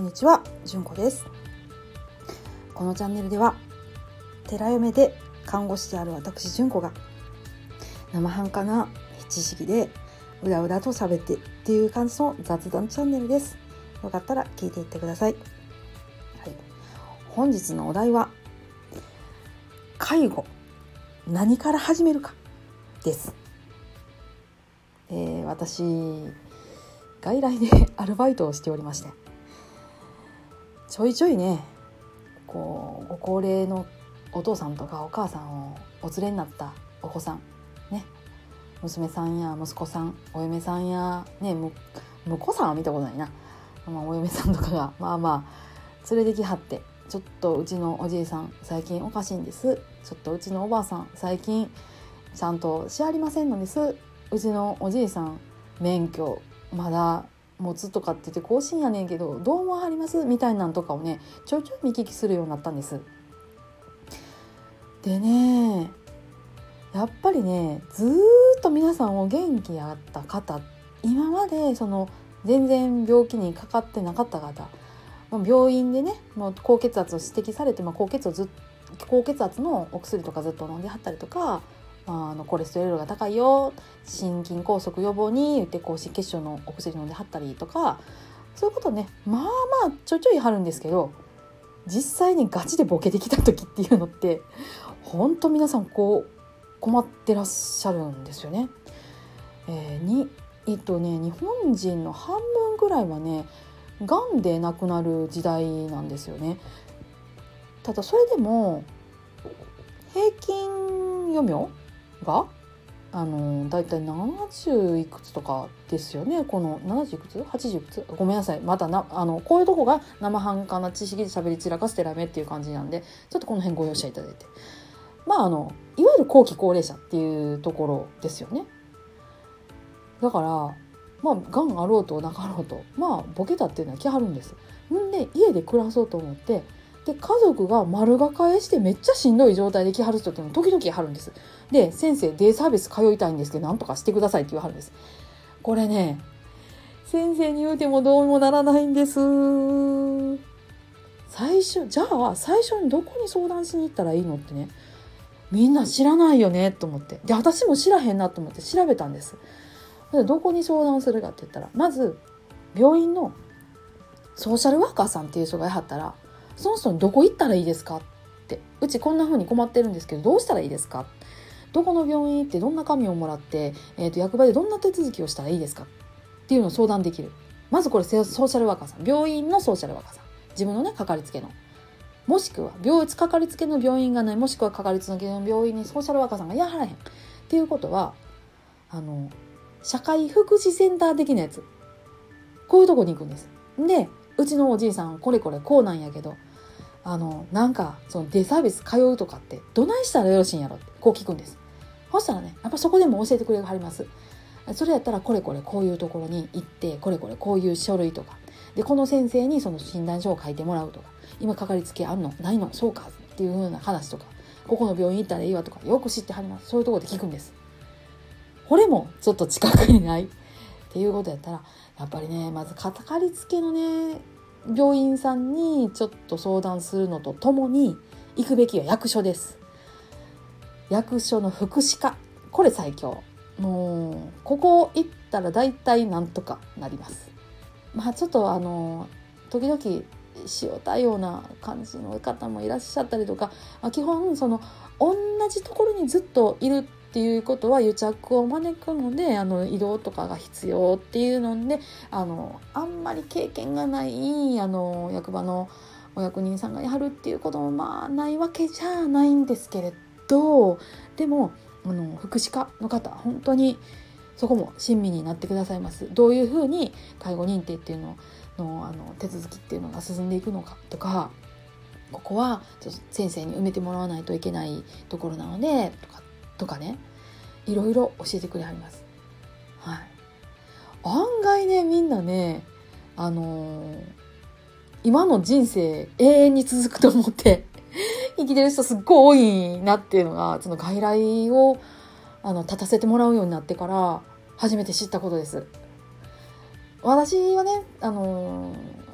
にちは、じゅんこです。このチャンネルでは寺嫁で看護師である私じゅんこが生半可な知識でうだうだと喋ってっていう感じの雑談チャンネルです。よかったら聞いていってください。はい、本日のお題は介護何から始めるかです。私外来でアルバイトをしておりまして、ちょいちょいねご高齢のお父さんとかお母さんをお連れになったお子さんね、娘さんや息子さん、お嫁さんやね、婿さんは見たことないな、お嫁さんとかが連れてきはって、ちょっとうちのおじいさん最近おかしいんです、ちょっとうちのおばあさん最近ちゃんとしありませんのです、うちのおじいさん免許まだ持つとかって言って更新やねんけどどう思わはりますみたいなんとかをねちょいちょい見聞きするようになったんです。でね、やっぱりねずっと皆さんお元気やった方、今まで全然病気にかかってなかった方、病院でねもう高血圧を指摘されて、高血圧のお薬とかずっと飲んではったりとか、コレステロールが高いよ、心筋梗塞予防に言って高脂血症のお薬飲んではったりとか、そういうことねちょいちょいはるんですけど、実際にガチでボケてきた時っていうのって本当皆さん困ってらっしゃるんですよね。日本人の半分ぐらいはねがんで亡くなる時代なんですよね。ただそれでも平均余命がだいたい70いくつとかですよね。この70いくつ80いくつ、ごめんなさい、またこういうとこが生半可な知識で喋り散らかせてダメっていう感じなんで、ちょっとこの辺ご容赦いただいて、いわゆる後期高齢者っていうところですよね。だからがんあろうとなかろうとボケたっていうのは来はるんです。んで家で暮らそうと思って、で家族が丸がかえしてめっちゃしんどい状態で来はる人っていうの時々はるんです。で先生デイサービス通いたいんですけどなんとかしてくださいって言わはるんです。これね先生に言うてもどうもならないんです。最初にどこに相談しに行ったらいいのってね、みんな知らないよねと思って、で私も知らへんなと思って調べたんです。どこに相談するかって言ったら、まず病院のソーシャルワーカーさんっていう人がいはったら、その人にどこ行ったらいいですかって、うちこんな風に困ってるんですけどどうしたらいいですか、どこの病院行ってどんな紙をもらって、役場でどんな手続きをしたらいいですかっていうのを相談できる。まずこれソーシャルワーカーさん、病院のソーシャルワーカーさん、自分のねかかりつけの、もしくはかかりつけの病院がない、もしくはかかりつけの病院にソーシャルワーカーさんがいやはらへんっていうことは、社会福祉センター的なやつ、こういうとこに行くんです。でうちのおじいさんこれこうなんやけど、そのデイサービス通うとかってどないしたらよろしいんやろってこう聞くんです。そしたらねやっぱそこでも教えてくれはります。それやったらこういうところに行って、こういう書類とかで、この先生にその診断書を書いてもらうとか、今かかりつけあんのないのそうかっていう風な話とか、ここの病院行ったらいいわとかよく知ってはります。そういうところで聞くんです。これもちょっと近くにないっていうことやったら、やっぱりねまずかかりつけのね病院さんにちょっと相談するのとともに行くべきは役所です。役所の福祉課、これ最強。もうここ行ったら大体なんとかなります。ちょっと時々塩対応な感じの方もいらっしゃったりとか、基本同じところにずっといるっていうことは癒着を招くので、移動とかが必要っていうので、あんまり経験がない役場のお役人さんがやるっていうこともないわけじゃないんですけれど、でも福祉課の方本当にそこも親身になってくださいます。どういうふうに介護認定っていうのの手続きっていうのが進んでいくのかとか、ここはちょっと先生に埋めてもらわないといけないところなのでとかね、いろいろ教えてくれはります。はい。案外ねみんなね今の人生永遠に続くと思って生きてる人すっごい多いなっていうのが、その外来を立たせてもらうようになってから初めて知ったことです。私はね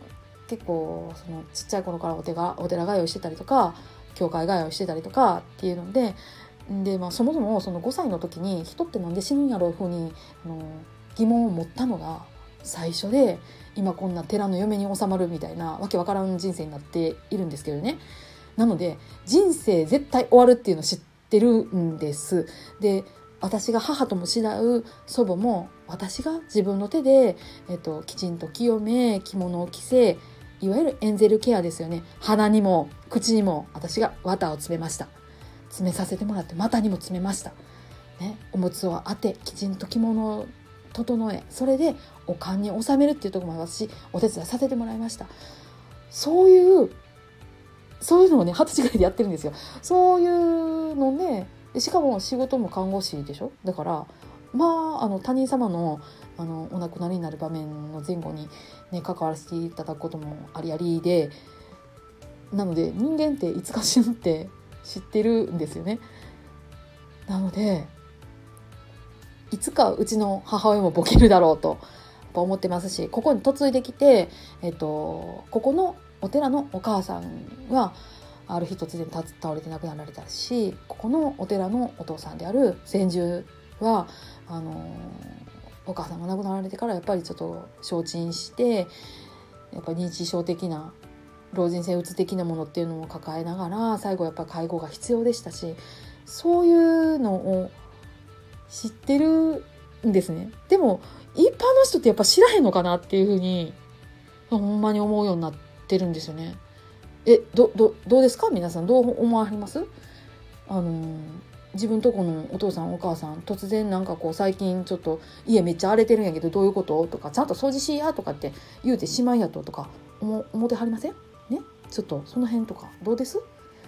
結構そのちっちゃい頃からお寺通いしてたりとか教会通いしてたりとかっていうので、そもそもその5歳の時に人ってなんで死ぬんやろうふうに疑問を持ったのが最初で、今こんな寺の嫁に収まるみたいなわけわからん人生になっているんですけどね。なので人生絶対終わるっていうのを知ってるんです。で、私が母とも知らう祖母も私が自分の手で、きちんと清め着物を着せ、いわゆるエンゼルケアですよね。鼻にも口にも私が綿を詰めました。詰めさせてもらって股にも詰めました、ね、おむつを当てきちんと着物を整え、それでお棺に収めるっていうところも私お手伝いさせてもらいました。そういうのをね20歳ぐらいでやってるんですよ。そういうのね、しかも仕事も看護師でしょ。だから他人様のお亡くなりになる場面の前後に、ね、関わらせていただくこともありありで、なので人間っていつか死ぬって知ってるんですよね。なのでいつかうちの母親もボケるだろうと思ってますし、ここに嫁いできて、ここのお寺のお母さんはある日突然倒れて亡くなられたし、ここのお寺のお父さんである専従はお母さんが亡くなられてからやっぱりちょっと消沈して、やっぱり認知症的な老人性うつ的なものっていうのを抱えながら最後やっぱ介護が必要でしたし、そういうのを知ってるんですね。でも一般の人ってやっぱ知らへんのかなっていうふうにほんまに思うようになってるんですよね。どうですか皆さん、どう思われます？自分とこのお父さんお母さん突然なんかこう最近ちょっと家めっちゃ荒れてるんやけどどういうこととか、ちゃんと掃除しやとかって言うてしまいやとか思ってはりませんね。ちょっとその辺とかどうです？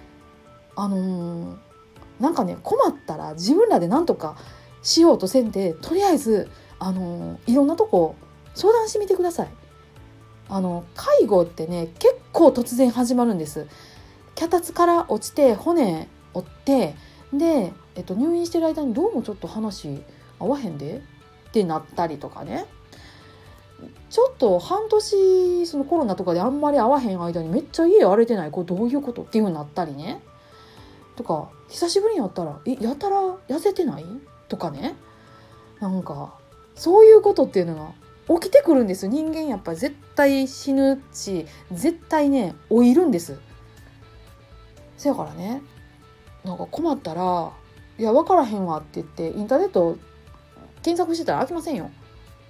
なんかね、困ったら自分らで何とかしようとせんで、とりあえずいろんなとこ相談してみてください。介護ってね結構突然始まるんです。脚立から落ちて骨折ってで、入院してる間にどうもちょっと話合わへんでってなったりとかね、ちょっと半年そのコロナとかであんまり会わへん間にめっちゃ家荒れてない、これどういうことっていう風になったりね、とか久しぶりに会ったらやたら痩せてないとかね、なんかそういうことっていうのが起きてくるんですよ。人間やっぱり絶対死ぬし絶対ね老いるんです。せやからね、なんか困ったらいや分からへんわって言ってインターネット検索してたら飽きませんよ。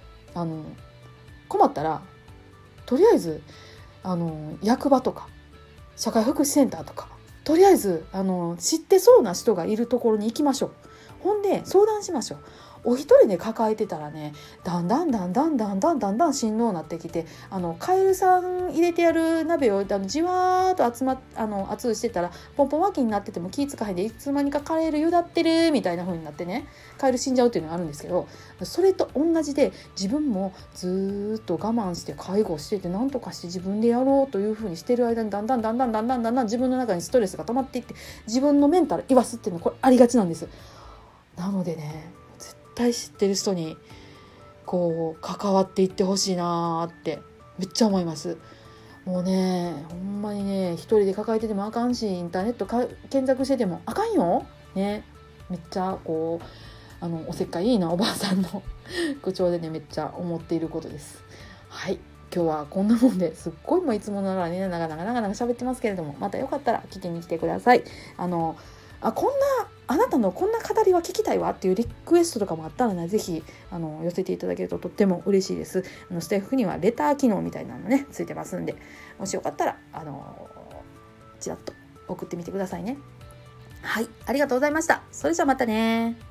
困ったらとりあえず役場とか社会福祉センターとかとりあえず知ってそうな人がいるところに行きましょう。ほんで相談しましょう。お一人で抱えてたらねだんだんしんどうなってきて、カエルさん入れてやる鍋をじわーっと熱してたらポンポン脇になってても気ぃつかへんでいつの間にかカエルゆだってるみたいな風になってね、カエル死んじゃうっていうのがあるんですけど、それと同じで自分もずっと我慢して介護してて何とかして自分でやろうという風にしてる間にだんだん自分の中にストレスが溜まっていって自分のメンタル言わすっていうのはこれありがちなんです。なのでね絶対知ってる人にこう関わっていってほしいなってめっちゃ思います。もうねほんまにね一人で抱えててもあかんしインターネット検索しててもあかんよね。めっちゃこうおせっかいいいなおばあさんの口調でねめっちゃ思っていることです。はい、今日はこんなもんですっごいもういつもながらね長々喋ってますけれども、またよかったら聞きに来てください。あなたのこんな語りは聞きたいわっていうリクエストとかもあったらねぜひ寄せていただけるととっても嬉しいです。スタイフにはレター機能みたいなのねついてますんで、もしよかったらちらっと送ってみてくださいね。はい、ありがとうございました。それじゃあまたね。